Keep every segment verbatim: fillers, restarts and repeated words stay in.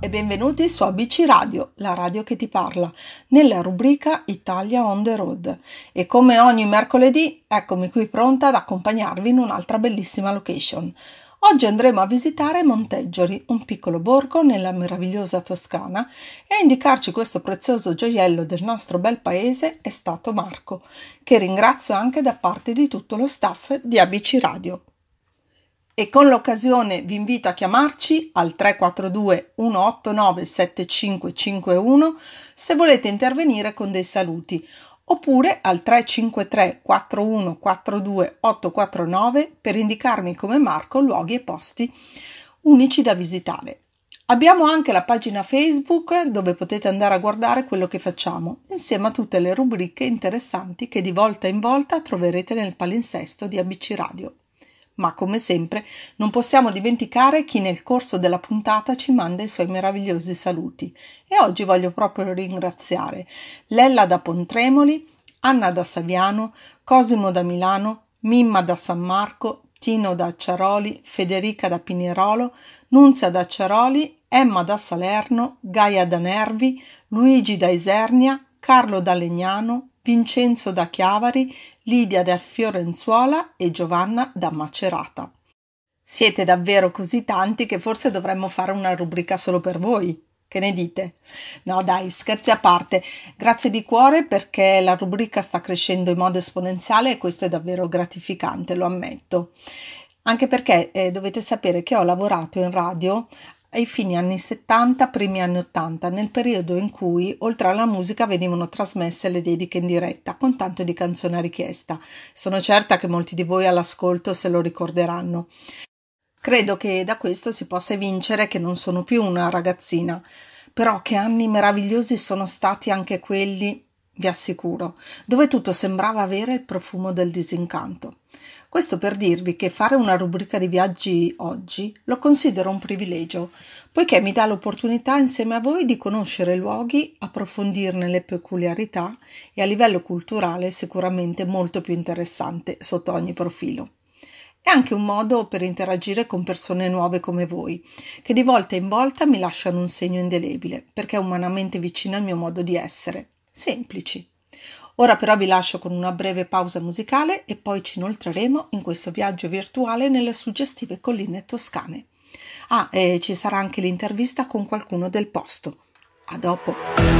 E benvenuti su A B C Radio, la radio che ti parla, nella rubrica Italia on the road. E come ogni mercoledì, eccomi qui pronta ad accompagnarvi in un'altra bellissima location. Oggi andremo a visitare Monteggioli, un piccolo borgo nella meravigliosa Toscana, e a indicarci questo prezioso gioiello del nostro bel paese è stato Marco, che ringrazio anche da parte di tutto lo staff di A B C Radio. E con l'occasione vi invito a chiamarci al tre quattro due uno otto nove sette cinque cinque uno se volete intervenire con dei saluti, oppure al tre cinque tre quattro uno quattro due otto quattro nove per indicarmi come Marco luoghi e posti unici da visitare. Abbiamo anche la pagina Facebook dove potete andare a guardare quello che facciamo, insieme a tutte le rubriche interessanti che di volta in volta troverete nel palinsesto di A B C Radio. Ma come sempre non possiamo dimenticare chi nel corso della puntata ci manda i suoi meravigliosi saluti, e oggi voglio proprio ringraziare Lella da Pontremoli, Anna da Saviano, Cosimo da Milano, Mimma da San Marco, Tino da Acciaroli, Federica da Pinerolo, Nunzia da Acciaroli, Emma da Salerno, Gaia da Nervi, Luigi da Isernia, Carlo da Legnano, Vincenzo da Chiavari, Lidia da Fiorenzuola e Giovanna da Macerata. Siete davvero così tanti che forse dovremmo fare una rubrica solo per voi. Che ne dite? No dai, scherzi a parte, grazie di cuore perché la rubrica sta crescendo in modo esponenziale e questo è davvero gratificante, lo ammetto. Anche perché eh, dovete sapere che ho lavorato in radio ai fini anni settanta, primi anni ottanta, nel periodo in cui, oltre alla musica, venivano trasmesse le dediche in diretta, con tanto di canzone a richiesta. Sono certa che molti di voi all'ascolto se lo ricorderanno. Credo che da questo si possa evincere che non sono più una ragazzina, però che anni meravigliosi sono stati anche quelli, vi assicuro, dove tutto sembrava avere il profumo del disincanto. Questo per dirvi che fare una rubrica di viaggi oggi lo considero un privilegio, poiché mi dà l'opportunità insieme a voi di conoscere luoghi, approfondirne le peculiarità e a livello culturale sicuramente molto più interessante sotto ogni profilo. È anche un modo per interagire con persone nuove come voi, che di volta in volta mi lasciano un segno indelebile, perché è umanamente vicino al mio modo di essere. Semplici. Ora però vi lascio con una breve pausa musicale e poi ci inoltreremo in questo viaggio virtuale nelle suggestive colline toscane. Ah, e ci sarà anche l'intervista con qualcuno del posto. A dopo!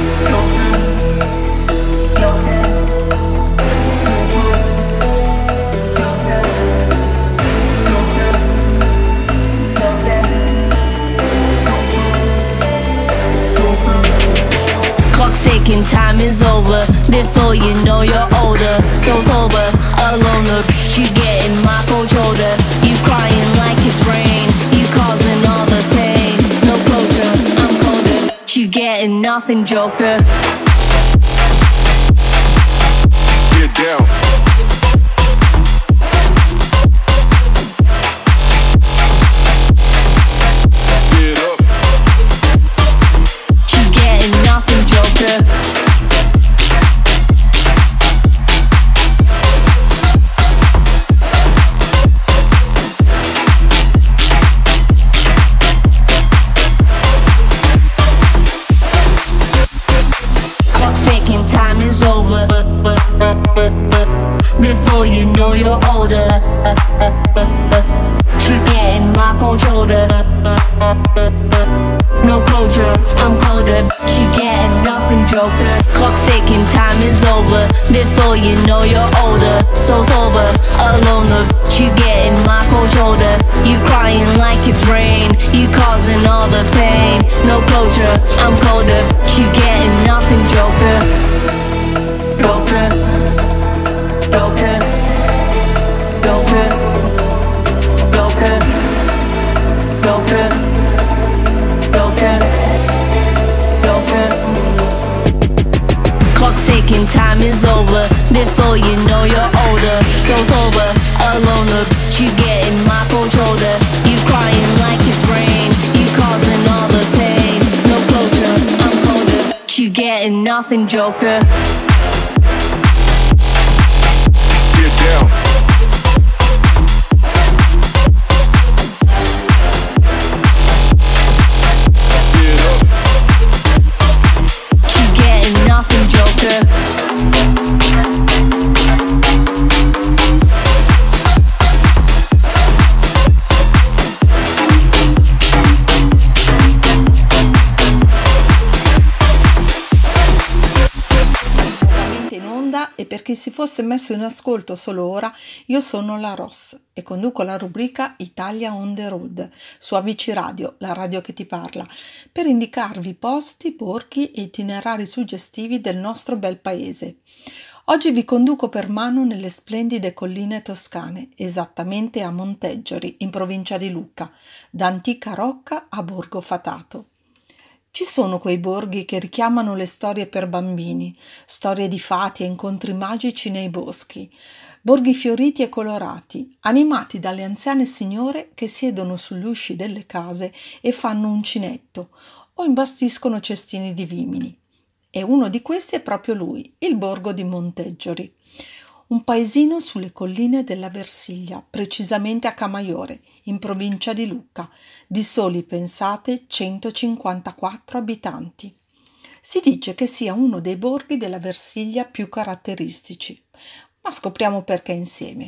Ticking, time is over. Before you know you're older. So sober, alone, look, you getting my cold shoulder. You crying like it's rain. You causing all the pain. No closure, I'm colder. You getting nothing, Joker. Get down. Before you know you're older. You're getting my cold shoulder. No closure, I'm colder. She getting nothing, Joker. Clock's ticking, time is over. Before you know you're older. So sober, alone, look, you getting my cold shoulder. You crying like it's rain. You causing all the pain. No closure, I'm colder. She getting nothing, Joker. Joker. Joker. Joker. Joker. Joker. Joker. Joker. Clock's ticking, time is over. Before you know you're older. So sober, alone, look, you getting my cold shoulder. You crying like it's rain. You causing all the pain. No closure, I'm colder. You getting nothing, Joker. Get down. Get up. per chi si fosse messo in ascolto solo ora, io sono la Ross e conduco la rubrica Italia on the road su A B C Radio, la radio che ti parla, per indicarvi posti, borghi e itinerari suggestivi del nostro bel paese. Oggi vi conduco per mano nelle splendide colline toscane, esattamente a Monteggiori, in provincia di Lucca, da Antica Rocca a Borgo Fatato. Ci sono quei borghi che richiamano le storie per bambini, storie di fati e incontri magici nei boschi, borghi fioriti e colorati, animati dalle anziane signore che siedono sugli usci delle case e fanno uncinetto o imbastiscono cestini di vimini. E uno di questi è proprio lui, il borgo di Monteggiori, un paesino sulle colline della Versiglia, precisamente a Camaiore, in provincia di Lucca, di soli, pensate, centocinquantaquattro abitanti. Si dice che sia uno dei borghi della Versiglia più caratteristici, ma scopriamo perché insieme.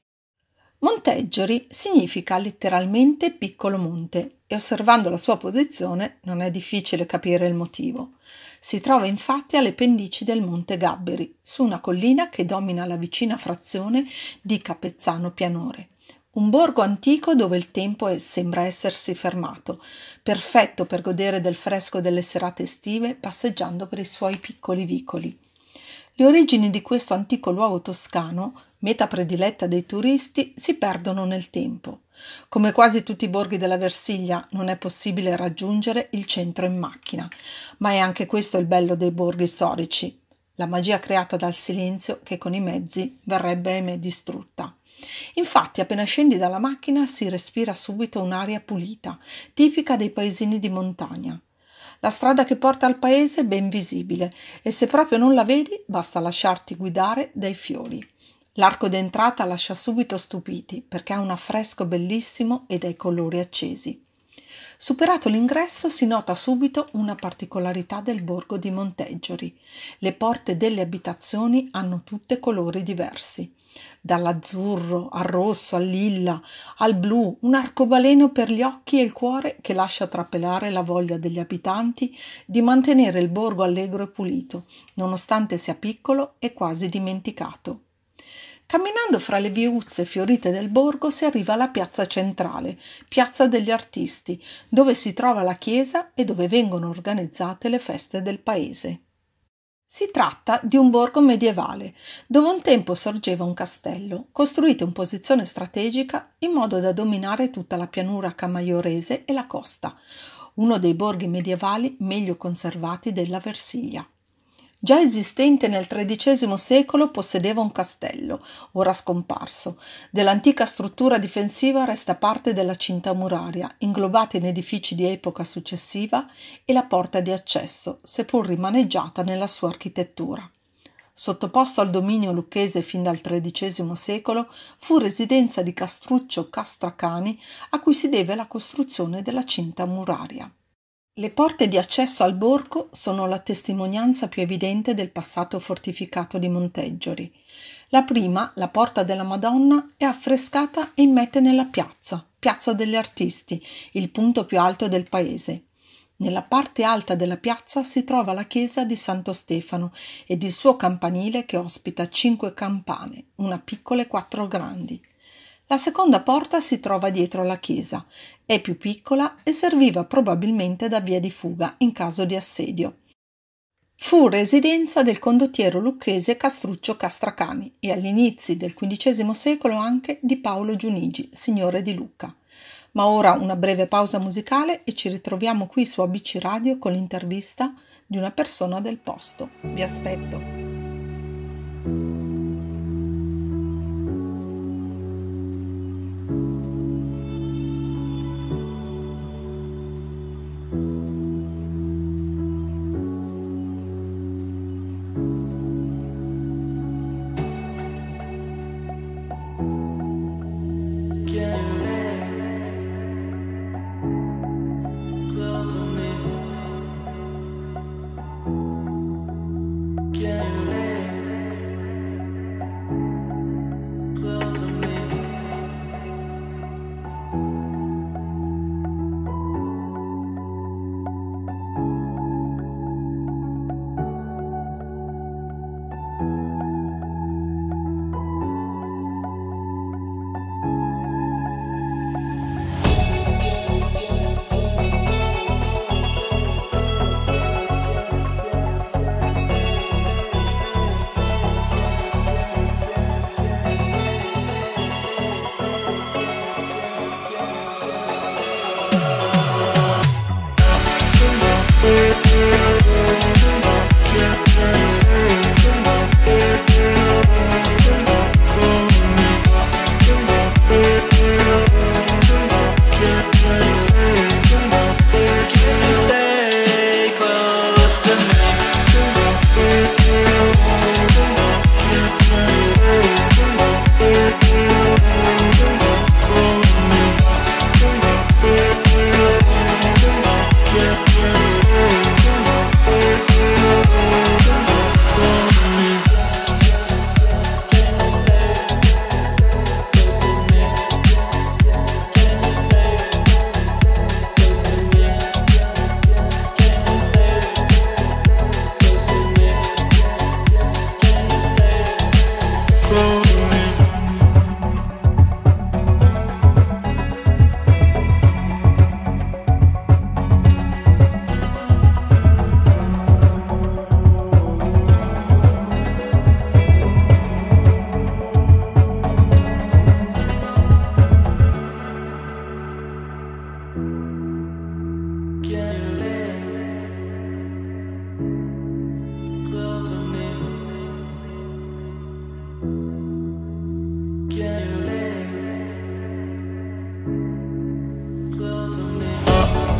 Monteggiori significa letteralmente piccolo monte e osservando la sua posizione non è difficile capire il motivo. Si trova infatti alle pendici del Monte Gabberi, su una collina che domina la vicina frazione di Capezzano Pianore. Un borgo antico dove il tempo è, sembra essersi fermato, perfetto per godere del fresco delle serate estive passeggiando per i suoi piccoli vicoli. Le origini di questo antico luogo toscano, meta prediletta dei turisti, si perdono nel tempo. Come quasi tutti i borghi della Versiglia, non è possibile raggiungere il centro in macchina, ma è anche questo il bello dei borghi storici, la magia creata dal silenzio che con i mezzi verrebbe ahimè distrutta. Infatti, appena scendi dalla macchina si respira subito un'aria pulita, tipica dei paesini di montagna. La strada che porta al paese è ben visibile e se proprio non la vedi basta lasciarti guidare dai fiori. L'arco d'entrata lascia subito stupiti perché ha un affresco bellissimo e dai colori accesi. Superato l'ingresso si nota subito una particolarità del borgo di Monteggiori. Le porte delle abitazioni hanno tutte colori diversi. Dall'azzurro al rosso al lilla al blu, un arcobaleno per gli occhi e il cuore che lascia trapelare la voglia degli abitanti di mantenere il borgo allegro e pulito, nonostante sia piccolo e quasi dimenticato. Camminando fra le viuzze fiorite del borgo si arriva alla piazza centrale, piazza degli artisti, dove si trova la chiesa e dove vengono organizzate le feste del paese. Si tratta di un borgo medievale, dove un tempo sorgeva un castello, costruito in posizione strategica in modo da dominare tutta la pianura camaiorese e la costa, uno dei borghi medievali meglio conservati della Versiglia. Già esistente nel tredicesimo secolo possedeva un castello, ora scomparso. Dell'antica struttura difensiva resta parte della cinta muraria, inglobata in edifici di epoca successiva, e la porta di accesso, seppur rimaneggiata nella sua architettura. Sottoposto al dominio lucchese fin dal tredicesimo secolo, fu residenza di Castruccio Castracani, a cui si deve la costruzione della cinta muraria. Le porte di accesso al borgo sono la testimonianza più evidente del passato fortificato di Monteggiori. La prima, la Porta della Madonna, è affrescata e immette nella piazza, Piazza degli Artisti, il punto più alto del paese. Nella parte alta della piazza si trova la chiesa di Santo Stefano ed il suo campanile che ospita cinque campane, una piccola e quattro grandi. La seconda porta si trova dietro la chiesa, è più piccola e serviva probabilmente da via di fuga in caso di assedio. Fu residenza del condottiero lucchese Castruccio Castracani e agli inizi del quindicesimo secolo anche di Paolo Giunigi, signore di Lucca. Ma ora una breve pausa musicale e ci ritroviamo qui su A B C Radio con l'intervista di una persona del posto. Vi aspetto. Yeah.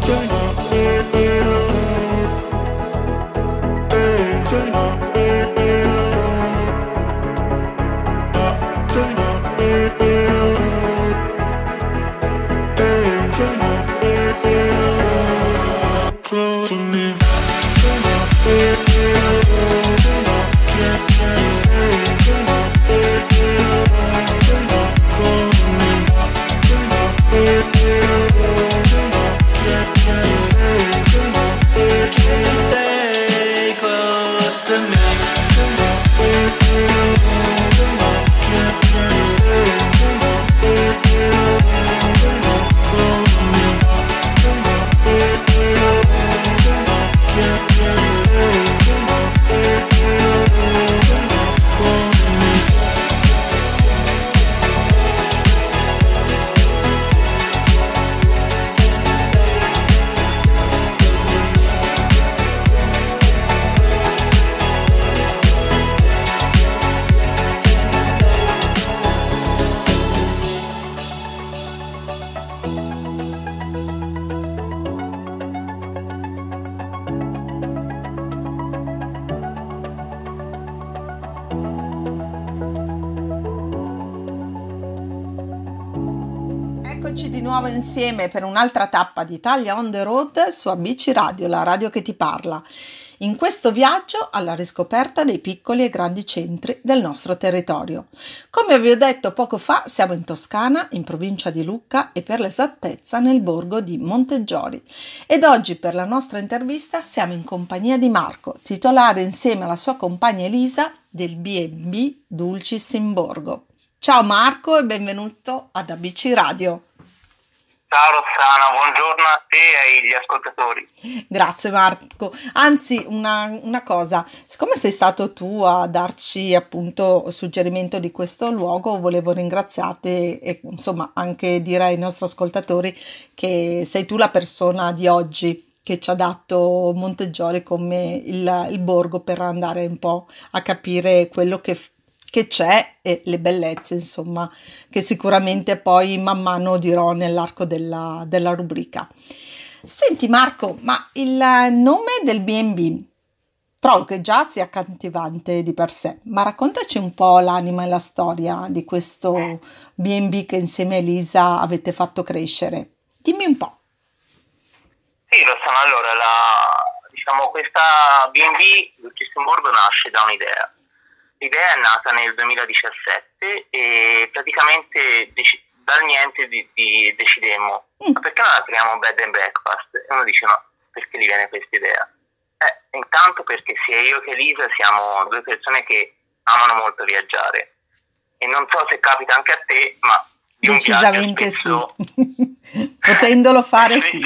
Eccoci di nuovo insieme per un'altra tappa di Italia on the road su A B C Radio, la radio che ti parla. In questo viaggio alla riscoperta dei piccoli e grandi centri del nostro territorio. Come vi ho detto poco fa, siamo in Toscana, in provincia di Lucca e per l'esattezza nel borgo di Monteggiori. Ed oggi per la nostra intervista siamo in compagnia di Marco, titolare insieme alla sua compagna Elisa del B and B Dulcis in Borgo. Ciao Marco e benvenuto ad A B C Radio. Ciao Rossana, buongiorno a te e agli ascoltatori. Grazie Marco. Anzi, una, una cosa, siccome sei stato tu a darci appunto suggerimento di questo luogo, volevo ringraziarti e insomma anche dire ai nostri ascoltatori che sei tu la persona di oggi che ci ha dato Monteggiori come il, il borgo per andare un po' a capire quello che che c'è e le bellezze, insomma, che sicuramente poi man mano dirò nell'arco della, della rubrica. Senti Marco, ma il nome del B and B trovo che già sia accattivante di per sé, ma raccontaci un po' l'anima e la storia di questo B and B che insieme a Elisa avete fatto crescere. Dimmi un po'. Sì, Rossana, allora, la, diciamo, questa B and B Dulcis in Borgo nasce da un'idea. L'idea è nata nel duemiladiciassette e praticamente dec- dal niente di, di decidemmo mm. ma perché non la chiamiamo bed and breakfast? E uno dice no, perché gli viene questa idea? Eh, intanto perché sia io che Elisa siamo due persone che amano molto viaggiare e non so se capita anche a te, ma di decisamente un spesso, sì, potendolo fare sì.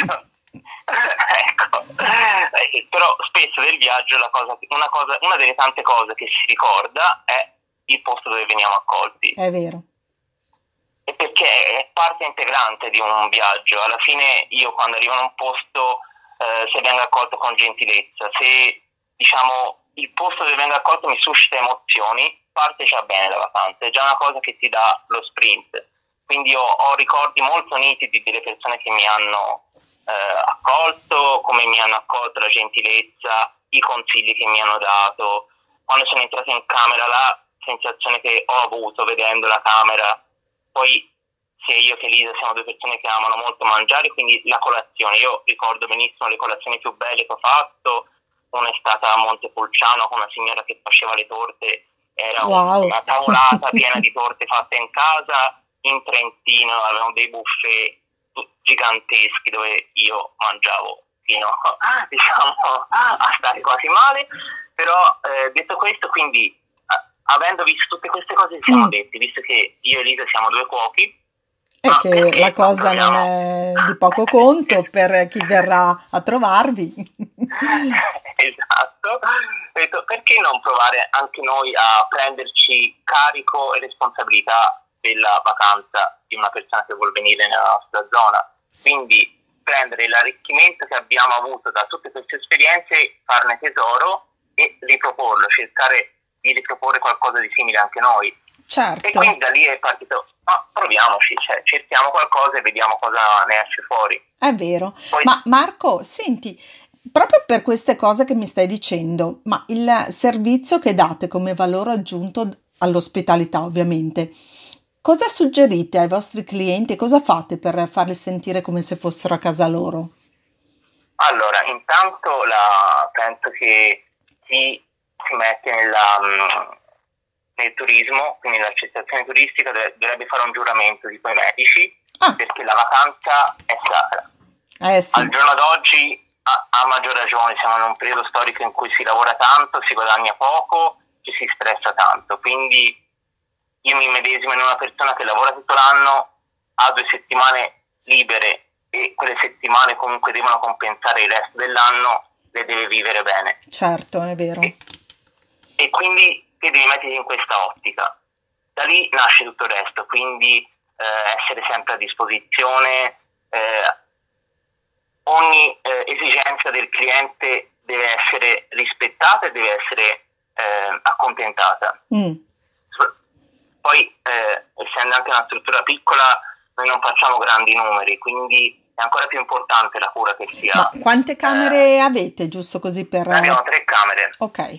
Ecco, eh, però spesso del viaggio la cosa, una, cosa, una delle tante cose che si ricorda è il posto dove veniamo accolti. È vero. E perché è parte integrante di un viaggio. Alla fine io quando arrivo in un posto, eh, se vengo accolto con gentilezza, se diciamo il posto dove vengo accolto mi suscita emozioni, parte già bene la vacanza, è già una cosa che ti dà lo sprint. Quindi io ho ricordi molto nitidi delle persone che mi hanno Eh, accolto, come mi hanno accolto, la gentilezza, i consigli che mi hanno dato. Quando sono entrato in camera, la sensazione che ho avuto vedendo la camera, poi sia io che Lisa siamo due persone che amano molto mangiare, quindi la colazione, io ricordo benissimo le colazioni più belle che ho fatto. Una è stata a Montepulciano con una signora che faceva le torte, era wow. una tavolata piena di torte fatte in casa. In Trentino avevamo dei buffet giganteschi dove io mangiavo fino a, diciamo, a stare quasi male, però eh, detto questo, quindi a, avendo visto tutte queste cose ci siamo mm. detti, visto che io e Elisa siamo due cuochi e che la cosa non è di poco conto per chi verrà a trovarvi. Esatto, ho detto, perché non provare anche noi a prenderci carico e responsabilità della vacanza di una persona che vuol venire nella nostra zona, quindi prendere l'arricchimento che abbiamo avuto da tutte queste esperienze, farne tesoro e riproporlo, cercare di riproporre qualcosa di simile anche noi. Certo. E quindi da lì è partito, ma proviamoci, cioè, cerchiamo qualcosa e vediamo cosa ne esce fuori. È vero. Poi, Ma Marco, senti, proprio per queste cose che mi stai dicendo, ma il servizio che date come valore aggiunto all'ospitalità, ovviamente, cosa suggerite ai vostri clienti? Cosa fate per farli sentire come se fossero a casa loro? allora, intanto la, penso che chi si mette nella, mh, nel turismo, quindi nell'accettazione turistica, dov- dovrebbe fare un giuramento di quei medici, Ah, perché la vacanza è sacra. eh Al sì, giorno d'oggi, a, a maggior ragione, siamo in un periodo storico in cui si lavora tanto, si guadagna poco, ci si stressa tanto. Quindi io mi medesimo in una persona che lavora tutto l'anno, ha due settimane libere e quelle settimane comunque devono compensare il resto dell'anno, le deve vivere bene. certo, è vero. E, e quindi ti devi mettere in questa ottica. Da lì nasce tutto il resto, quindi eh, essere sempre a disposizione, eh, ogni eh, esigenza del cliente deve essere rispettata e deve essere eh, accontentata. Mm. Poi, eh, essendo anche una struttura piccola, noi non facciamo grandi numeri, quindi è ancora più importante la cura che si Ma ha. quante camere avete, giusto così per... Noi abbiamo tre camere. Ok.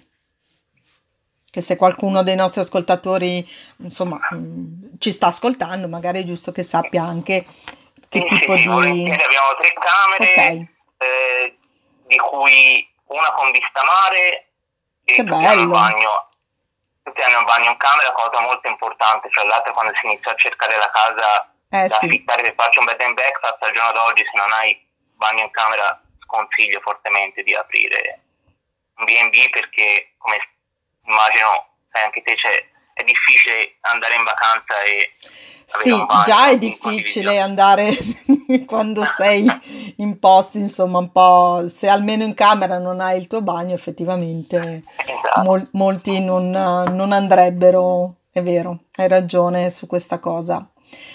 Che se qualcuno dei nostri ascoltatori, insomma, mh, ci sta ascoltando, magari è giusto che sappia anche che Sì, tipo sì, sì, di... volentieri. Abbiamo tre camere, Ok, eh, di cui una con vista mare e che tutti hanno il bello. bagno. Tutti hanno il bagno in camera, cosa molto importante. Tra l'altro, quando si inizia a cercare la casa Eh da sì, affittare per farci un bed and breakfast, al giorno d'oggi, se non hai bagno in camera, sconsiglio fortemente di aprire un B and B, perché, come immagino sai anche te, c'è, è difficile andare in vacanza e avere un sì, bagno già è in difficile condivisione. andare quando sei in posti, insomma, un po'... Se almeno in camera non hai il tuo bagno, effettivamente Esatto. mol- molti non, non andrebbero, è vero, hai ragione su questa cosa.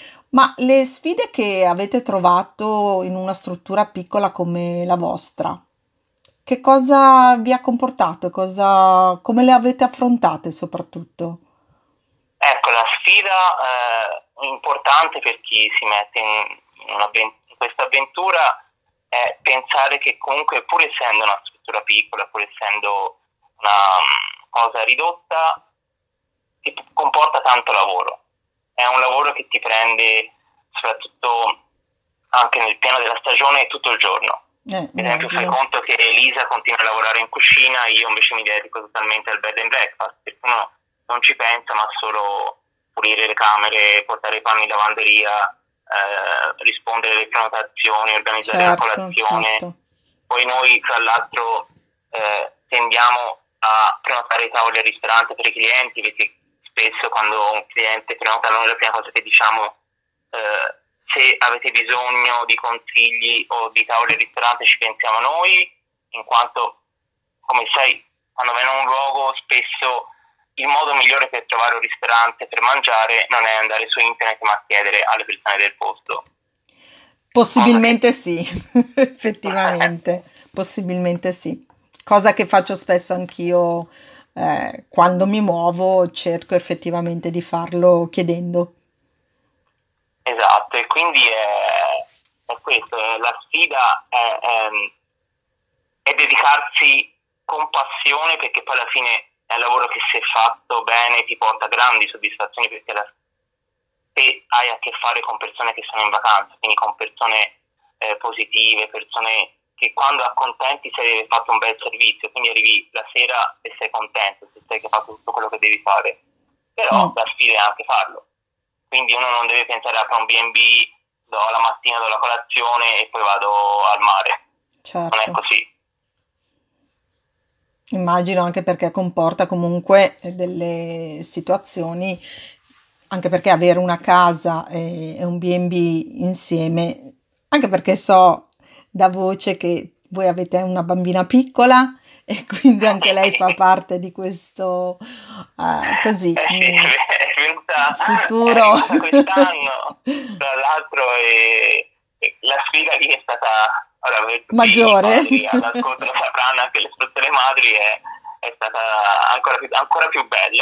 Ma le sfide che avete trovato in una struttura piccola come la vostra, che cosa vi ha comportato e cosa, come le avete affrontate soprattutto? Ecco, la sfida eh, importante per chi si mette in, una, in questa avventura è pensare che comunque, pur essendo una struttura piccola, pur essendo una um, cosa ridotta, ti comporta tanto lavoro. È un lavoro che ti prende soprattutto anche nel pieno della stagione tutto il giorno. Eh, Ad esempio, fai immagino. conto che Elisa continua a lavorare in cucina, io invece mi dedico totalmente al bed and breakfast, perché uno non ci pensa, ma solo pulire le camere, portare i panni in lavanderia, eh, rispondere alle prenotazioni, organizzare la Certo, colazione. certo. Poi noi, tra l'altro, eh, tendiamo a prenotare i tavoli al ristorante per i clienti, perché spesso quando un cliente prenota noi la prima cosa che diciamo, eh, se avete bisogno di consigli o di tavoli al ristorante ci pensiamo noi, in quanto, come sai, quando vai in un luogo spesso il modo migliore per trovare un ristorante per mangiare non è andare su internet, ma chiedere alle persone del posto. Possibilmente sì, effettivamente, possibilmente sì. Cosa che faccio spesso anch'io, eh, quando mi muovo, cerco effettivamente di farlo chiedendo. Esatto, e quindi è, è questo, è la sfida è, è, è dedicarsi con passione, perché poi alla fine è un lavoro che, se fatto bene, ti porta grandi soddisfazioni, perché la, se hai a che fare con persone che sono in vacanza, quindi con persone eh, positive, persone che quando accontenti sai di aver fatto un bel servizio, quindi arrivi la sera e sei contento, se sai che hai fatto tutto quello che devi fare. Però Mm, la sfida è anche farlo. Quindi uno non deve pensare a un B and B, do la mattina, do la colazione e poi vado al mare. Non è certo. così. Immagino, anche perché comporta comunque delle situazioni, anche perché avere una casa e, e un B and B insieme, anche perché so da voce che voi avete una bambina piccola e quindi anche lei fa parte di questo, eh, così, Eh sì, mm, è venuta, è futuro arrivata quest'anno, tra l'altro, e, e la sfida lì è stata, allora, per tutti i maggiore. padri all'ascolto lo sapranno, anche le tutte le madri, è, è stata ancora più, ancora più bella,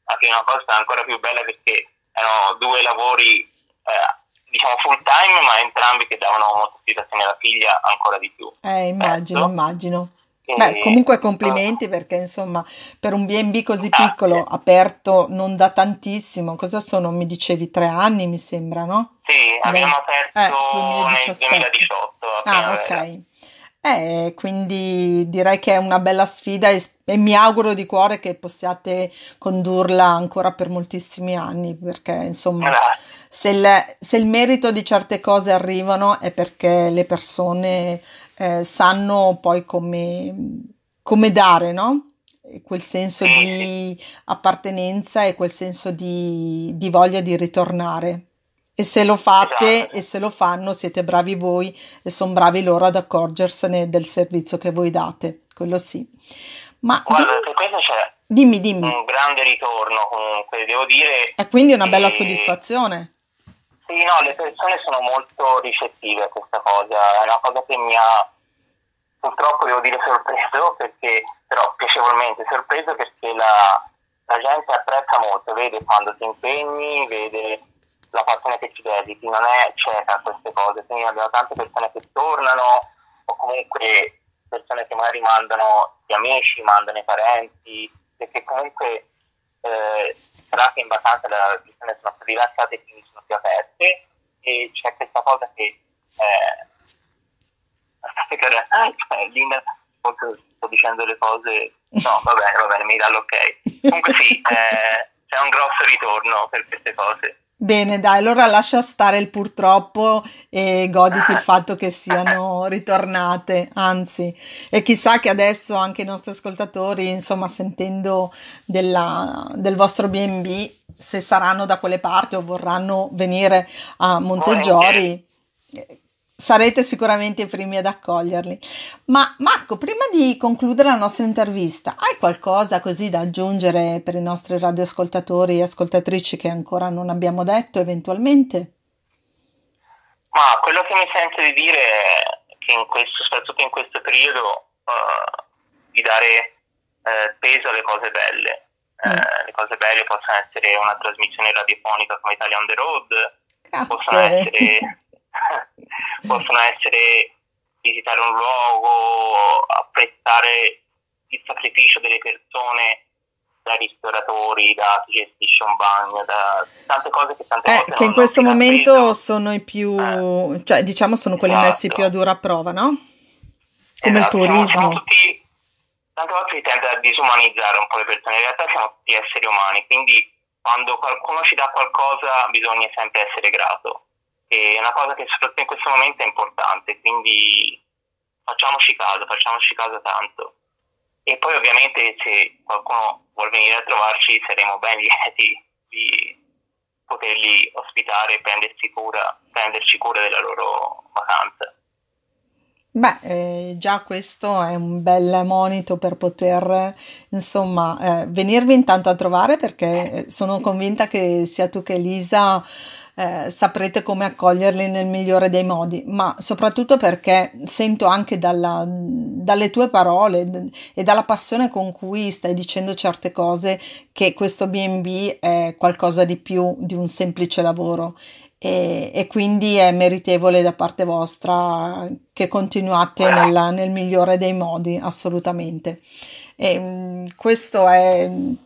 anche una cosa ancora più bella perché erano due lavori eh, diciamo full time, ma entrambi che davano molta soddisfazione alla figlia ancora di più. Eh, immagino, Ecco. immagino. E, Beh, comunque eh, complimenti perché insomma per un B and B così piccolo, grazie. aperto non da tantissimo, cosa sono? Mi dicevi tre anni mi sembra, no? Sì, Dal, abbiamo eh, aperto nel duemiladiciassette. duemiladiciotto a Ah, primavera. ok. Eh, quindi direi che è una bella sfida e, s- e mi auguro di cuore che possiate condurla ancora per moltissimi anni, perché insomma, Grazie. se il, se il merito di certe cose arrivano è perché le persone eh, sanno poi come, come dare, no? E quel senso Sì, sì, di appartenenza e quel senso di, di voglia di ritornare. E se lo fate esatto. e se lo fanno, siete bravi voi e sono bravi loro ad accorgersene del servizio che voi date, quello sì. Ma Guarda, dimmi, per questo c'è dimmi, dimmi. un grande ritorno comunque, devo dire E quindi una bella che soddisfazione. sì, no, le persone sono molto ricettive a questa cosa, è una cosa che mi ha purtroppo devo dire sorpreso, perché però piacevolmente sorpreso perché la, la gente apprezza molto, vede quando ti impegni, vede la passione che ci dedichi, non è cieca a queste cose, quindi abbiamo tante persone che tornano o comunque persone che magari mandano gli amici, mandano i parenti, perché comunque eh, sarà che in vacanza le persone sono più rilassate e quindi sono più aperte e c'è questa cosa che eh, aspetta, eh, Linda, forse sto dicendo le cose, no, va bene, va bene, mi dà l'ok. Comunque sì, eh, c'è un grosso ritorno per queste cose. Bene, dai, allora lascia stare il purtroppo e goditi il fatto che siano ritornate, anzi, e chissà che adesso anche i nostri ascoltatori, insomma, sentendo della- del vostro B and B, se saranno da quelle parti o vorranno venire a Volentieri. Monteggiori, eh, sarete sicuramente i primi ad accoglierli. Ma Marco, prima di concludere la nostra intervista, hai qualcosa così da aggiungere per i nostri radioascoltatori e ascoltatrici che ancora non abbiamo detto eventualmente? Ma quello che mi sento di dire è che in questo, soprattutto in questo periodo, eh, di dare eh, peso alle cose belle. Mm, Eh, le cose belle possono essere una trasmissione radiofonica come Italia on the Road, possono grazie. essere, possono essere visitare un luogo, apprezzare il sacrificio delle persone, da ristoratori, da chi gestisce un bagno, da tante cose che tante Eh, volte che in non, non questo si dà momento peso. sono i Eh, più, cioè diciamo sono quelli messi più a esatto. dura prova, no? Come il Esatto, siamo, siamo turismo. tutti, tante volte si tende a disumanizzare un po' le persone, in realtà siamo tutti esseri umani, quindi quando qualcuno ci dà qualcosa bisogna sempre essere grato. E è una cosa che soprattutto in questo momento è importante, quindi facciamoci caso, facciamoci caso tanto. E poi ovviamente se qualcuno vuol venire a trovarci saremo ben lieti di poterli ospitare e prendersi cura, prenderci cura della loro vacanza. Beh, eh, già questo è un bel monito per poter, insomma, eh, venirvi intanto a trovare perché sono convinta che sia tu che Elisa eh, saprete come accoglierli nel migliore dei modi, ma soprattutto perché sento anche dalla- dalle tue parole d- e dalla passione con cui stai dicendo certe cose che questo B and B è qualcosa di più di un semplice lavoro e, e quindi è meritevole da parte vostra che continuate nella- nel migliore dei modi, assolutamente. E, mm, questo è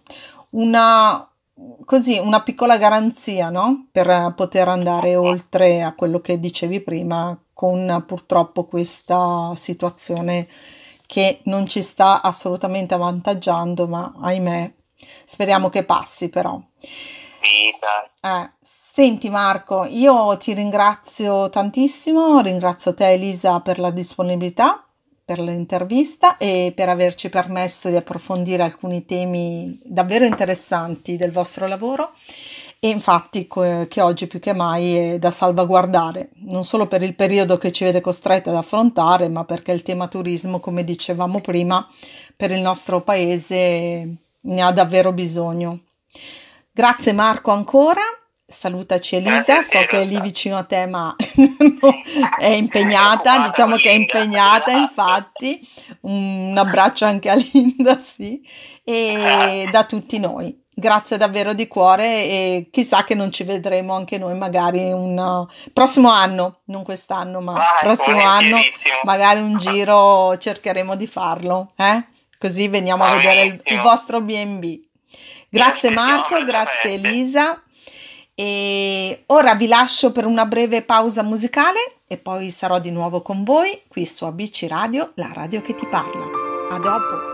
una, così, una piccola garanzia, no? Per poter andare oltre a quello che dicevi prima, con purtroppo questa situazione che non ci sta assolutamente avvantaggiando, ma ahimè, speriamo che passi però. Vita. Eh, senti Marco, io ti ringrazio tantissimo, ringrazio te Elisa per la disponibilità, per l'intervista e per averci permesso di approfondire alcuni temi davvero interessanti del vostro lavoro e infatti co- che oggi più che mai è da salvaguardare, non solo per il periodo che ci vede costretti ad affrontare, ma perché il tema turismo, come dicevamo prima, per il nostro paese ne ha davvero bisogno. Grazie Marco ancora, salutaci Elisa, Grazie a so te, che è lì Rosa. vicino a te ma è È impegnata, occupata diciamo con che è Linda, impegnata esatto. infatti, un abbraccio anche a Linda, sì, e da tutti noi. Grazie davvero di cuore e chissà che non ci vedremo anche noi magari un uh, prossimo anno, non quest'anno, ma Vai, prossimo anno, volentierissimo. magari un giro cercheremo di farlo, eh? Così veniamo a Va vedere il, il benissimo. vostro B and B. Grazie aspettiamo a Marco, braccia grazie aperte. Elisa. E ora vi lascio per una breve pausa musicale e poi sarò di nuovo con voi qui su A B C Radio, la radio che ti parla. A dopo.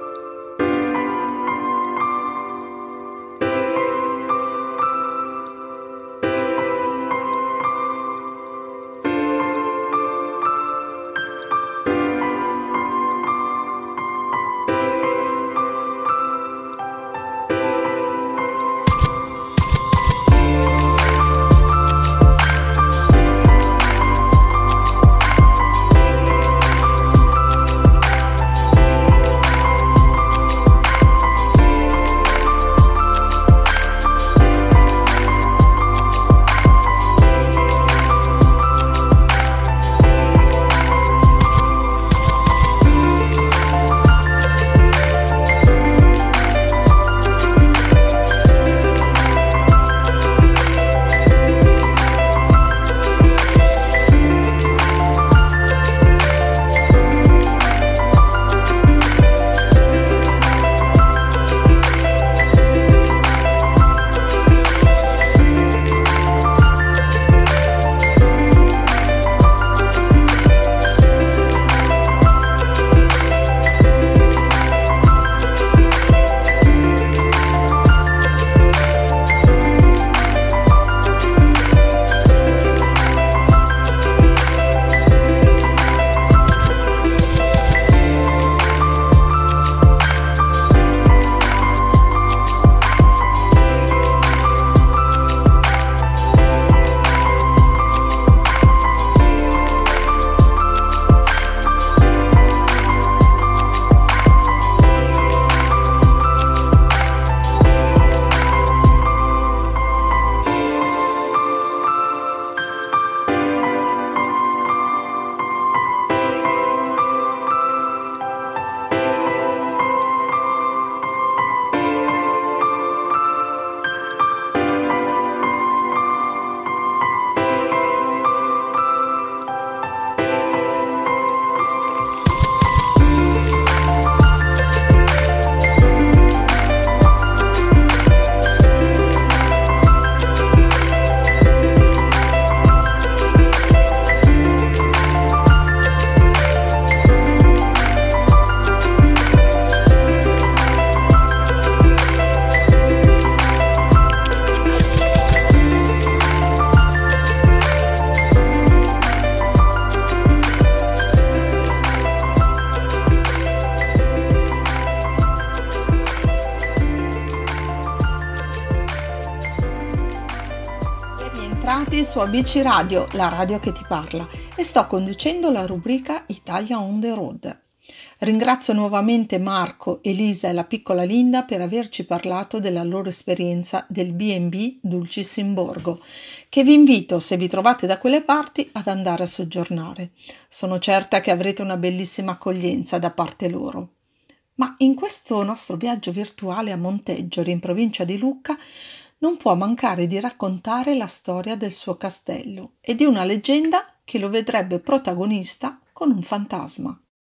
Bentornati su A B C Radio, la radio che ti parla, e sto conducendo la rubrica Italia on the road. Ringrazio nuovamente Marco, Elisa e la piccola Linda per averci parlato della loro esperienza del B and B Dulcis in Borgo, che vi invito, se vi trovate da quelle parti, ad andare a soggiornare. Sono certa che avrete una bellissima accoglienza da parte loro. Ma in questo nostro viaggio virtuale a Monteggiori, in provincia di Lucca, non può mancare di raccontare la storia del suo castello e di una leggenda che lo vedrebbe protagonista con un fantasma.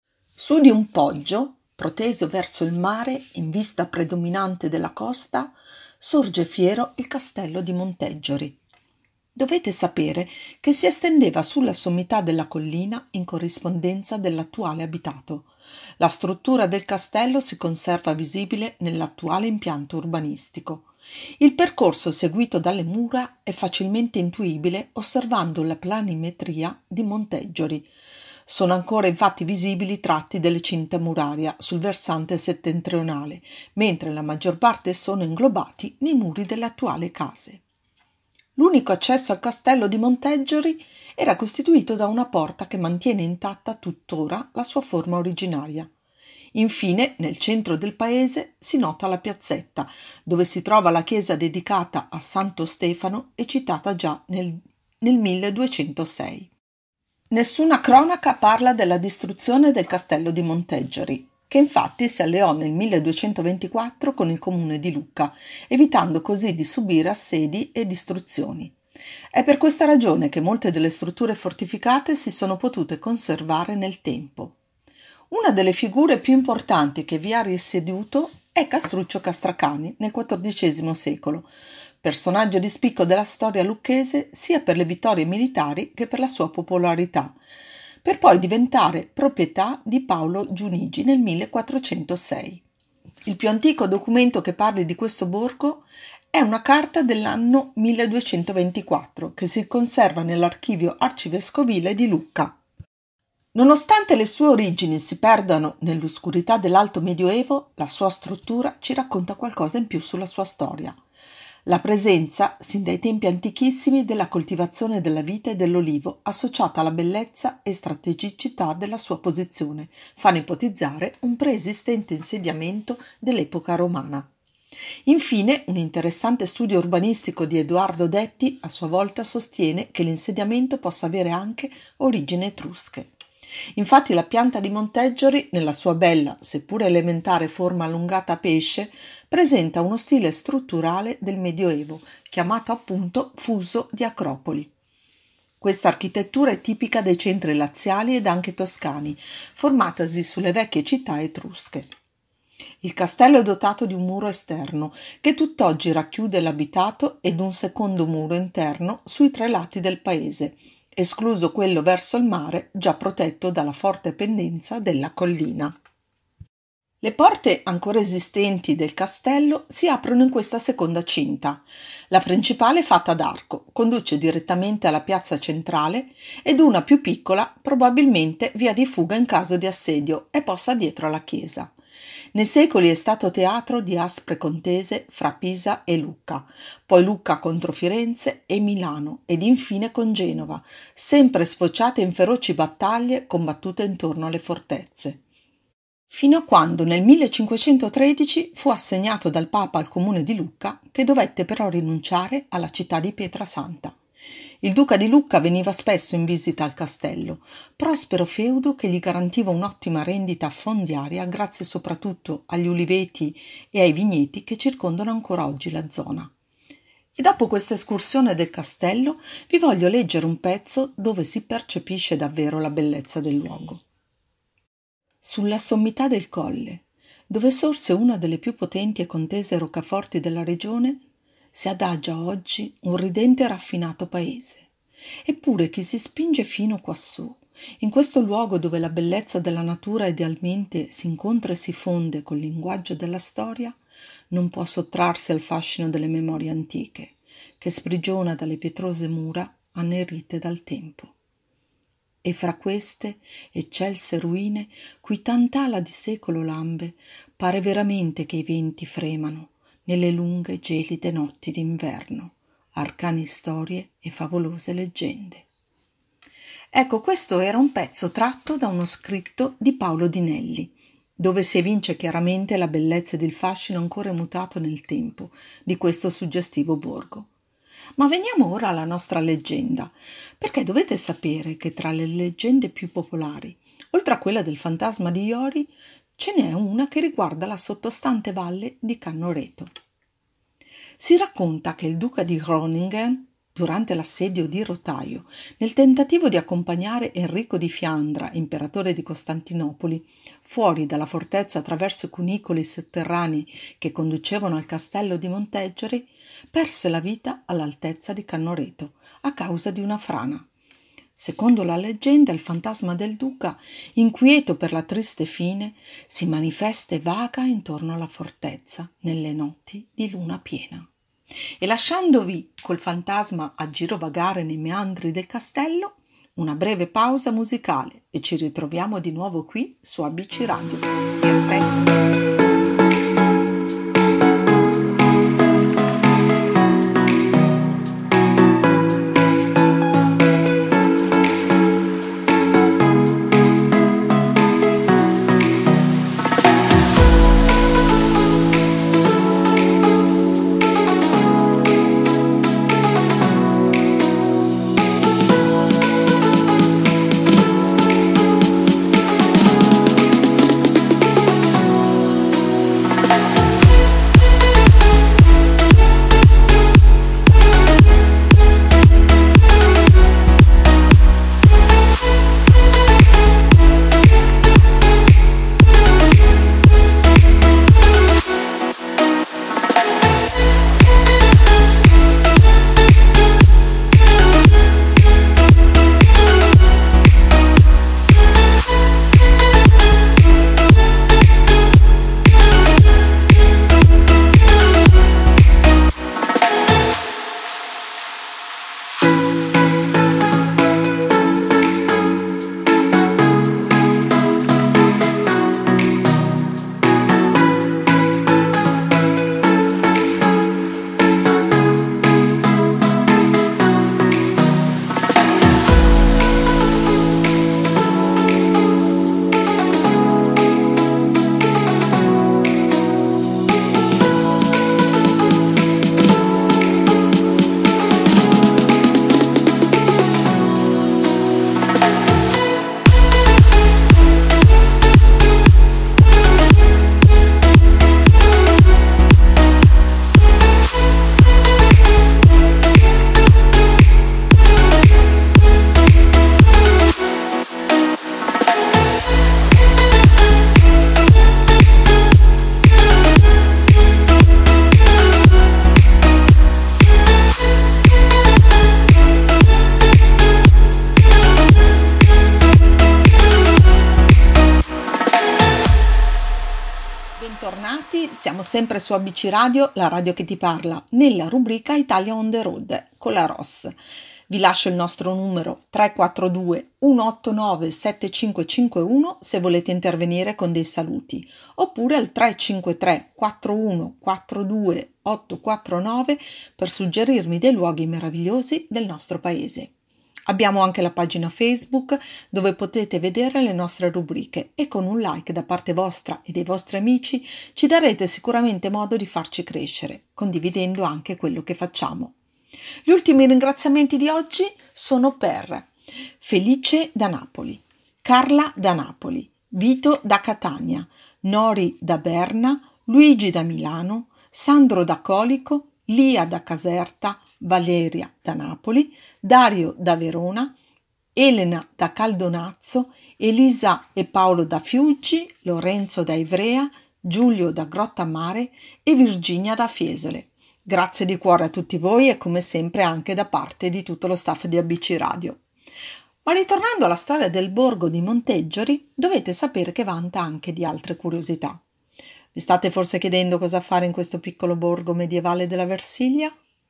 Su di un poggio, proteso verso il mare in vista predominante della costa, sorge fiero il castello di Monteggiori. Dovete sapere che si estendeva sulla sommità della collina in corrispondenza dell'attuale abitato. La struttura del castello si conserva visibile nell'attuale impianto urbanistico. Il percorso seguito dalle mura è facilmente intuibile osservando la planimetria di Monteggiori. Sono ancora infatti visibili tratti delle cinta muraria sul versante settentrionale, mentre la maggior parte sono inglobati nei muri delle attuali case. L'unico accesso al castello di Monteggiori era costituito da una porta che mantiene intatta tuttora la sua forma originaria. Infine, nel centro del paese si nota la piazzetta, dove si trova la chiesa dedicata a Santo Stefano e citata già nel, nel milleduecentosei. Nessuna cronaca parla della distruzione del castello di Monteggiori. che infatti si alleò nel milleduecentoventiquattro con il comune di Lucca, evitando così di subire assedi e distruzioni. È per questa ragione che molte delle strutture fortificate si sono potute conservare nel tempo. Una delle figure più importanti che vi ha risieduto è Castruccio Castracani nel quattordicesimo secolo, personaggio di spicco della storia lucchese sia per le vittorie militari che per la sua popolarità, per poi diventare proprietà di Paolo Giunigi nel millequattrocentosei. Il più antico documento che parli di questo borgo è una carta dell'anno milleduecentoventiquattro che si conserva nell'archivio arcivescovile di Lucca. Nonostante le sue origini si perdano nell'oscurità dell'Alto Medioevo, la sua struttura ci racconta qualcosa in più sulla sua storia. La presenza, sin dai tempi antichissimi, della coltivazione della vite e dell'olivo, associata alla bellezza e strategicità della sua posizione, fanno ipotizzare un preesistente insediamento dell'epoca romana. Infine, un interessante studio urbanistico di Edoardo Detti a sua volta sostiene che l'insediamento possa avere anche origini etrusche. Infatti la pianta di Monteggiori, nella sua bella, seppur elementare forma allungata a pesce, presenta uno stile strutturale del Medioevo, chiamato appunto fuso di acropoli. Questa architettura è tipica dei centri laziali ed anche toscani, formatasi sulle vecchie città etrusche. Il castello è dotato di un muro esterno, che tutt'oggi racchiude l'abitato ed un secondo muro interno sui tre lati del paese, escluso quello verso il mare, già protetto dalla forte pendenza della collina. Le porte ancora esistenti del castello si aprono in questa seconda cinta. La principale, fatta ad arco, conduce direttamente alla piazza centrale ed una più piccola, probabilmente via di fuga in caso di assedio, è posta dietro alla chiesa. Nei secoli è stato teatro di aspre contese fra Pisa e Lucca, poi Lucca contro Firenze e Milano ed infine con Genova, sempre sfociate in feroci battaglie combattute intorno alle fortezze. Fino a quando nel millecinquecentotredici fu assegnato dal Papa al comune di Lucca, che dovette però rinunciare alla città di Pietrasanta. Il duca di Lucca veniva spesso in visita al castello, prospero feudo che gli garantiva un'ottima rendita fondiaria grazie soprattutto agli uliveti e ai vigneti che circondano ancora oggi la zona. E dopo questa escursione del castello vi voglio leggere un pezzo dove si percepisce davvero la bellezza del luogo. Sulla sommità del colle, dove sorse una delle più potenti e contese roccaforti della regione, si adagia oggi un ridente e raffinato paese. Eppure chi si spinge fino quassù, in questo luogo dove la bellezza della natura idealmente si incontra e si fonde col linguaggio della storia, non può sottrarsi al fascino delle memorie antiche, che sprigiona dalle pietrose mura annerite dal tempo. E fra queste eccelse ruine, cui tant'ala di secolo lambe, pare veramente che i venti fremano nelle lunghe gelide notti d'inverno, arcane storie e favolose leggende. Ecco, questo era un pezzo tratto da uno scritto di Paolo Di Nelli, dove si evince chiaramente la bellezza ed il fascino ancora mutato nel tempo di questo suggestivo borgo. Ma veniamo ora alla nostra leggenda, perché dovete sapere che tra le leggende più popolari, oltre a quella del fantasma di Iori, ce n'è una che riguarda la sottostante valle di Cannoreto. Si racconta che il duca di Groningen, durante l'assedio di Rotaio, nel tentativo di accompagnare Enrico di Fiandra, imperatore di Costantinopoli, fuori dalla fortezza attraverso i cunicoli sotterranei che conducevano al castello di Monteggiori, perse la vita all'altezza di Cannoreto a causa di una frana. Secondo la leggenda, il fantasma del duca, inquieto per la triste fine, si manifesta e vaga intorno alla fortezza nelle notti di luna piena. E lasciandovi col fantasma a girovagare nei meandri del castello, una breve pausa musicale e ci ritroviamo di nuovo qui su A B C Radio. Vi aspetto. Bentornati, siamo sempre su A B C Radio, la radio che ti parla, nella rubrica Italia on the road con la Ross. Vi lascio il nostro numero tre quattro due uno otto nove sette cinque cinque uno se volete intervenire con dei saluti, oppure al tre cinque tre quattro uno quattro due otto quattro nove per suggerirmi dei luoghi meravigliosi del nostro paese. Abbiamo anche la pagina Facebook dove potete vedere le nostre rubriche e con un like da parte vostra e dei vostri amici ci darete sicuramente modo di farci crescere, condividendo anche quello che facciamo. Gli ultimi ringraziamenti di oggi sono per Felice da Napoli, Carla da Napoli, Vito da Catania, Nori da Berna, Luigi da Milano, Sandro da Colico, Lia da Caserta, Valeria da Napoli, Dario da Verona, Elena da Caldonazzo, Elisa e Paolo da Fiuggi, Lorenzo da Ivrea, Giulio da Grottammare e Virginia da Fiesole. Grazie di cuore a tutti voi e come sempre anche da parte di tutto lo staff di A B C Radio. Ma ritornando alla storia del borgo di Monteggiori, dovete sapere che vanta anche di altre curiosità. Vi state forse chiedendo cosa fare in questo piccolo borgo medievale della Versilia?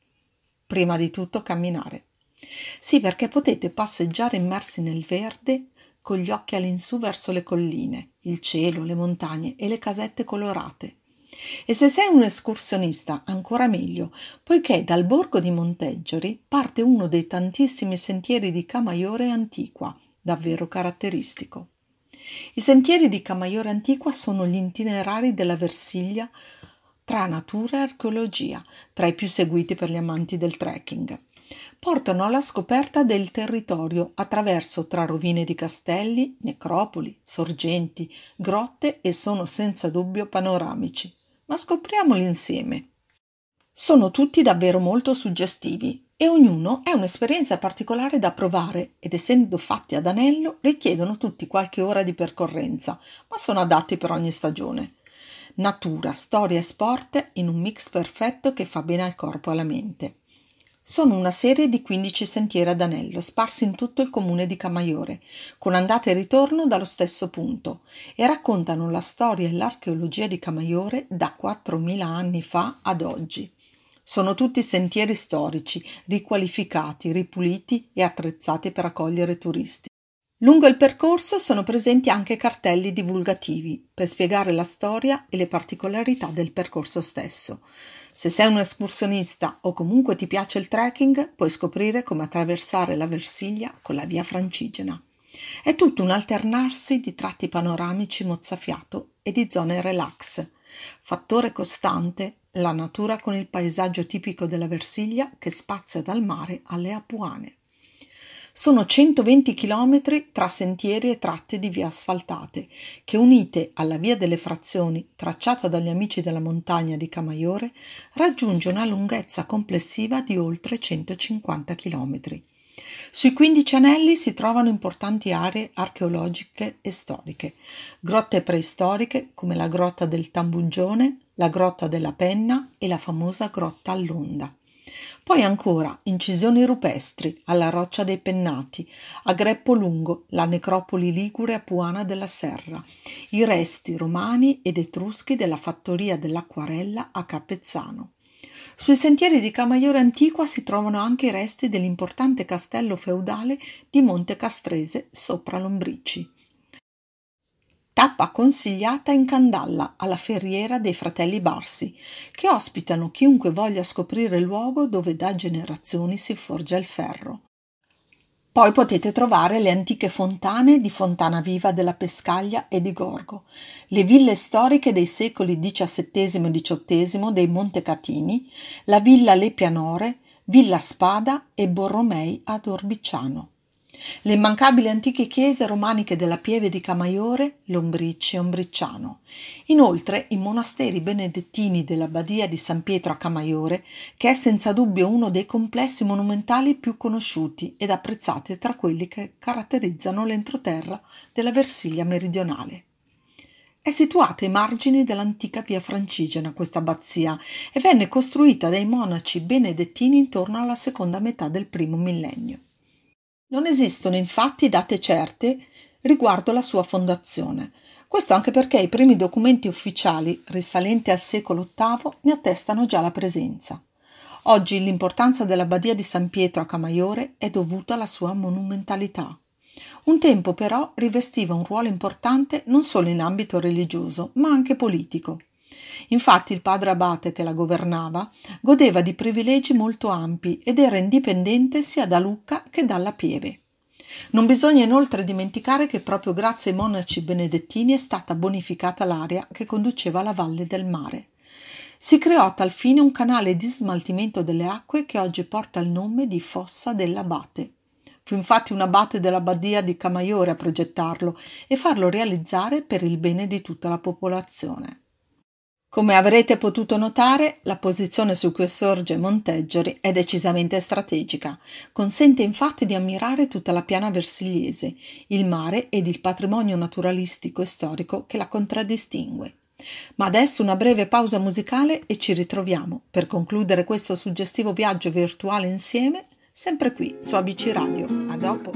Prima di tutto camminare. Sì, perché potete passeggiare immersi nel verde con gli occhi all'insù verso le colline, il cielo, le montagne e le casette colorate. E se sei un escursionista, ancora meglio, poiché dal borgo di Monteggiori parte uno dei tantissimi sentieri di Camaiore Antiqua, davvero caratteristico. I sentieri di Camaiore Antiqua sono gli itinerari della Versilia tra natura e archeologia, tra i più seguiti per gli amanti del trekking. Portano alla scoperta del territorio attraverso tra rovine di castelli, necropoli, sorgenti, grotte e sono senza dubbio panoramici. Ma scopriamoli insieme. Sono tutti davvero molto suggestivi e ognuno è un'esperienza particolare da provare ed essendo fatti ad anello richiedono tutti qualche ora di percorrenza, ma sono adatti per ogni stagione. Natura, storia e sport in un mix perfetto che fa bene al corpo e alla mente. Sono una serie di quindici sentieri ad anello sparsi in tutto il comune di Camaiore, con andata e ritorno dallo stesso punto, e raccontano la storia e l'archeologia di Camaiore da quattromila anni fa ad oggi. Sono tutti sentieri storici, riqualificati, ripuliti e attrezzati per accogliere turisti. Lungo il percorso sono presenti anche cartelli divulgativi per spiegare la storia e le particolarità del percorso stesso. Se sei un escursionista o comunque ti piace il trekking, puoi scoprire come attraversare la Versilia con la via Francigena. È tutto un alternarsi di tratti panoramici mozzafiato e di zone relax. Fattore costante, la natura con il paesaggio tipico della Versilia che spazia dal mare alle Apuane. Sono centoventi chilometri tra sentieri e tratte di vie asfaltate che, unite alla via delle Frazioni tracciata dagli Amici della Montagna di Camaiore, raggiunge una lunghezza complessiva di oltre centocinquanta chilometri. Sui quindici anelli si trovano importanti aree archeologiche e storiche, grotte preistoriche come la grotta del Tambungione, la grotta della Penna e la famosa grotta all'Onda. Poi ancora incisioni rupestri alla Roccia dei Pennati, a Greppo Lungo, la necropoli ligure apuana della Serra, i resti romani ed etruschi della fattoria dell'acquarella a Capezzano. Sui sentieri di Camaiore Antiqua si trovano anche i resti dell'importante castello feudale di Monte Castrese sopra Lombrici. Tappa consigliata in Candalla, alla Ferriera dei Fratelli Barsi, che ospitano chiunque voglia scoprire il luogo dove da generazioni si forgia il ferro. Poi potete trovare le antiche fontane di Fontana Viva della Pescaglia e di Gorgo, le ville storiche dei secoli diciassettesimo e diciottesimo dei Montecatini, la villa Le Pianore, Villa Spada e Borromei ad Orbiciano. Le immancabili antiche chiese romaniche della Pieve di Camaiore, Lombrici e Ombriciano. Inoltre i monasteri benedettini dell'abbadia di San Pietro a Camaiore, che è senza dubbio uno dei complessi monumentali più conosciuti ed apprezzati tra quelli che caratterizzano l'entroterra della Versilia meridionale. È situata ai margini dell'antica via Francigena questa abbazia e venne costruita dai monaci benedettini intorno alla seconda metà del primo millennio. Non esistono infatti date certe riguardo la sua fondazione, Questo anche perché i primi documenti ufficiali, risalenti al secolo ottavo, ne attestano già la presenza. Oggi l'importanza dell'abbadia di San Pietro a Camaiore è dovuta alla sua monumentalità. Un tempo però rivestiva un ruolo importante non solo in ambito religioso, ma anche politico. Infatti il padre abate che la governava godeva di privilegi molto ampi ed era indipendente sia da Lucca che dalla Pieve. Non bisogna inoltre dimenticare che proprio grazie ai monaci benedettini è stata bonificata l'area che conduceva alla Valle del Mare. Si creò a tal fine un canale di smaltimento delle acque che oggi porta il nome di Fossa dell'Abate. Fu infatti un abate dell'abbadia di Camaiore a progettarlo e farlo realizzare per il bene di tutta la popolazione. Come avrete potuto notare, la posizione su cui sorge Monteggiori è decisamente strategica. Consente infatti di ammirare tutta la piana versigliese, il mare ed il patrimonio naturalistico e storico che la contraddistingue. Ma adesso una breve pausa musicale e ci ritroviamo per concludere questo suggestivo viaggio virtuale insieme, sempre qui su A B C Radio. A dopo!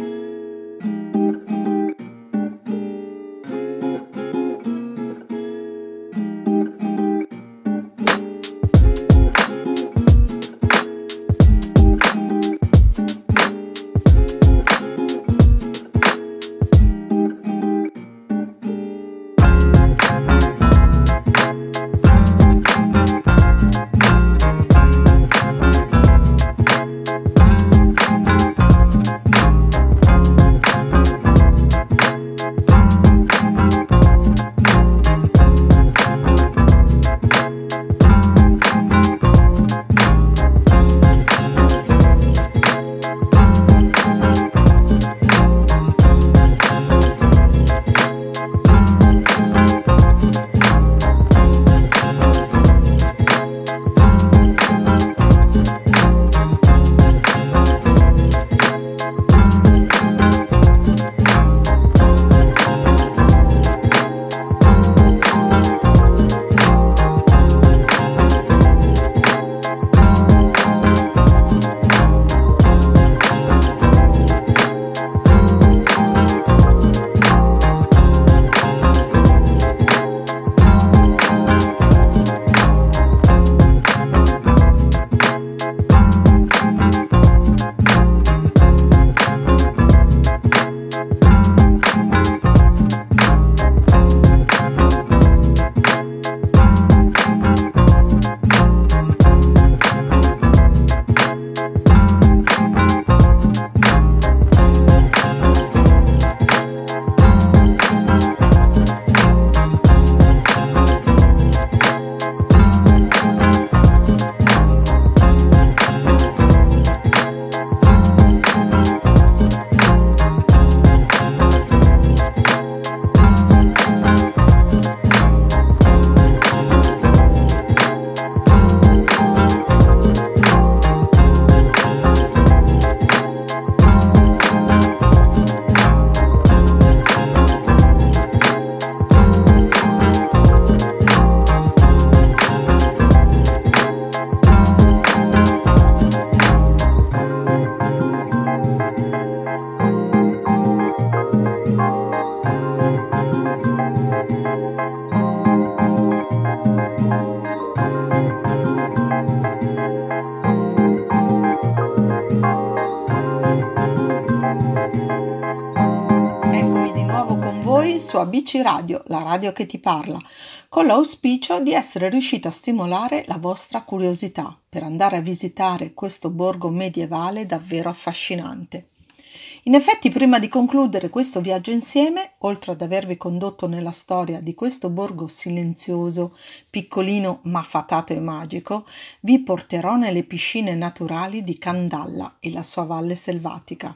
Su A B C Radio, la radio che ti parla, con l'auspicio di essere riuscito a stimolare la vostra curiosità per andare a visitare questo borgo medievale davvero affascinante. In effetti, prima di concludere questo viaggio insieme, oltre ad avervi condotto nella storia di questo borgo silenzioso, piccolino ma fatato e magico, vi porterò nelle piscine naturali di Candalla e la sua valle selvatica.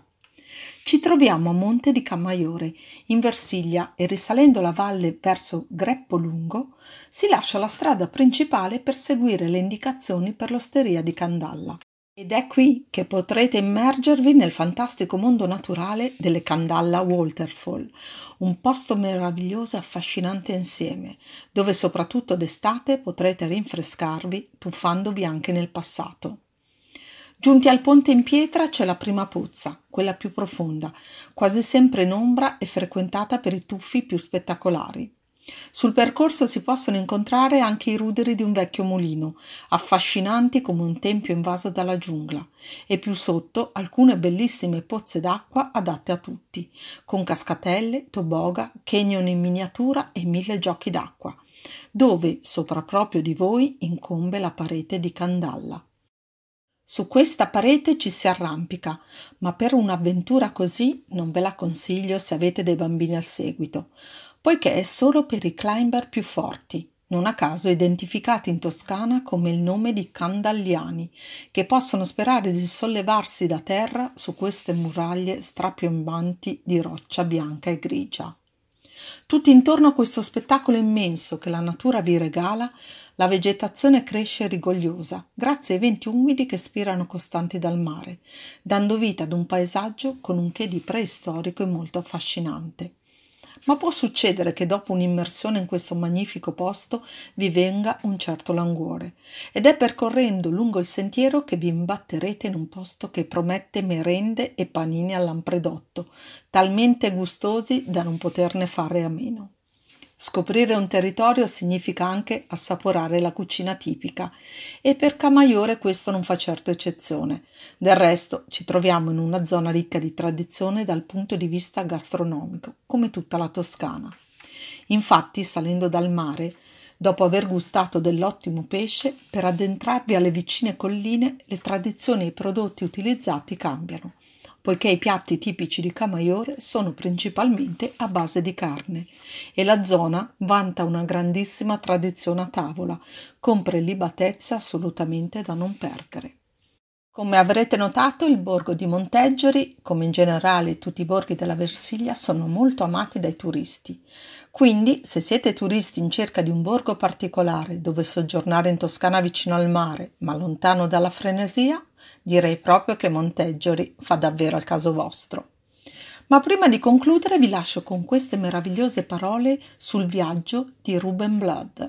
Ci troviamo a Monte di Camaiore, in Versilia, e risalendo la valle verso Greppolungo si lascia la strada principale per seguire le indicazioni per l'osteria di Candalla. Ed è qui che potrete immergervi nel fantastico mondo naturale delle Candalla Waterfall, un posto meraviglioso e affascinante insieme, dove soprattutto d'estate potrete rinfrescarvi tuffandovi anche nel passato. Giunti al ponte in pietra c'è la prima pozza, quella più profonda, quasi sempre in ombra e frequentata per i tuffi più spettacolari. Sul percorso si possono incontrare anche i ruderi di un vecchio mulino, affascinanti come un tempio invaso dalla giungla, e più sotto alcune bellissime pozze d'acqua adatte a tutti, con cascatelle, toboga, canyon in miniatura e mille giochi d'acqua, dove sopra proprio di voi incombe la parete di Kandalla. Su questa parete ci si arrampica, ma per un'avventura così non ve la consiglio se avete dei bambini al seguito, poiché è solo per i climber più forti, non a caso identificati in Toscana come il nome di Candalliani, che possono sperare di sollevarsi da terra su queste muraglie strapiombanti di roccia bianca e grigia. Tutto intorno a questo spettacolo immenso che la natura vi regala, la vegetazione cresce rigogliosa, grazie ai venti umidi che spirano costanti dal mare, dando vita ad un paesaggio con un che di preistorico e molto affascinante. Ma può succedere che dopo un'immersione in questo magnifico posto vi venga un certo languore, ed è percorrendo lungo il sentiero che vi imbatterete in un posto che promette merende e panini al lampredotto, talmente gustosi da non poterne fare a meno. Scoprire un territorio significa anche assaporare la cucina tipica, e per Camaiore questo non fa certo eccezione. Del resto ci troviamo in una zona ricca di tradizione dal punto di vista gastronomico, come tutta la Toscana. Infatti, salendo dal mare, dopo aver gustato dell'ottimo pesce, per addentrarvi alle vicine colline, le tradizioni e i prodotti utilizzati cambiano, poiché i piatti tipici di Camaiore sono principalmente a base di carne e la zona vanta una grandissima tradizione a tavola, con prelibatezze assolutamente da non perdere. Come avrete notato, il borgo di Monteggiori, come in generale tutti i borghi della Versilia, sono molto amati dai turisti. Quindi, se siete turisti in cerca di un borgo particolare dove soggiornare in Toscana vicino al mare, ma lontano dalla frenesia, direi proprio che Monteggiori fa davvero al caso vostro. Ma prima di concludere vi lascio con queste meravigliose parole sul viaggio di Ruben Blood.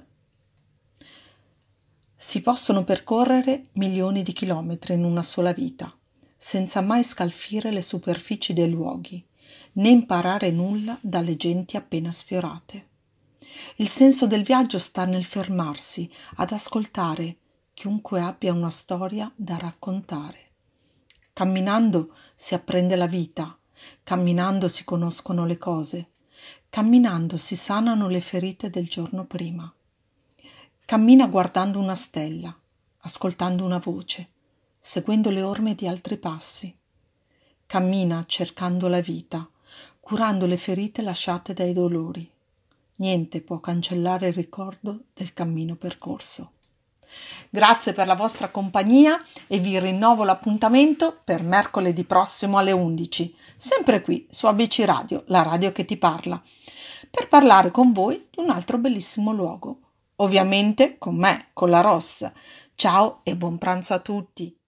Si possono percorrere milioni di chilometri in una sola vita, senza mai scalfire le superfici dei luoghi, né imparare nulla dalle genti appena sfiorate. Il senso del viaggio sta nel fermarsi ad ascoltare chiunque abbia una storia da raccontare. Camminando si apprende la vita, camminando si conoscono le cose, camminando si sanano le ferite del giorno prima. Cammina guardando una stella, ascoltando una voce, seguendo le orme di altri passi. Cammina cercando la vita, curando le ferite lasciate dai dolori. Niente può cancellare il ricordo del cammino percorso. Grazie per la vostra compagnia e vi rinnovo l'appuntamento per mercoledì prossimo alle undici, sempre qui su A B C Radio, la radio che ti parla, per parlare con voi di un altro bellissimo luogo. Ovviamente con me, con la Ross. Ciao e buon pranzo a tutti!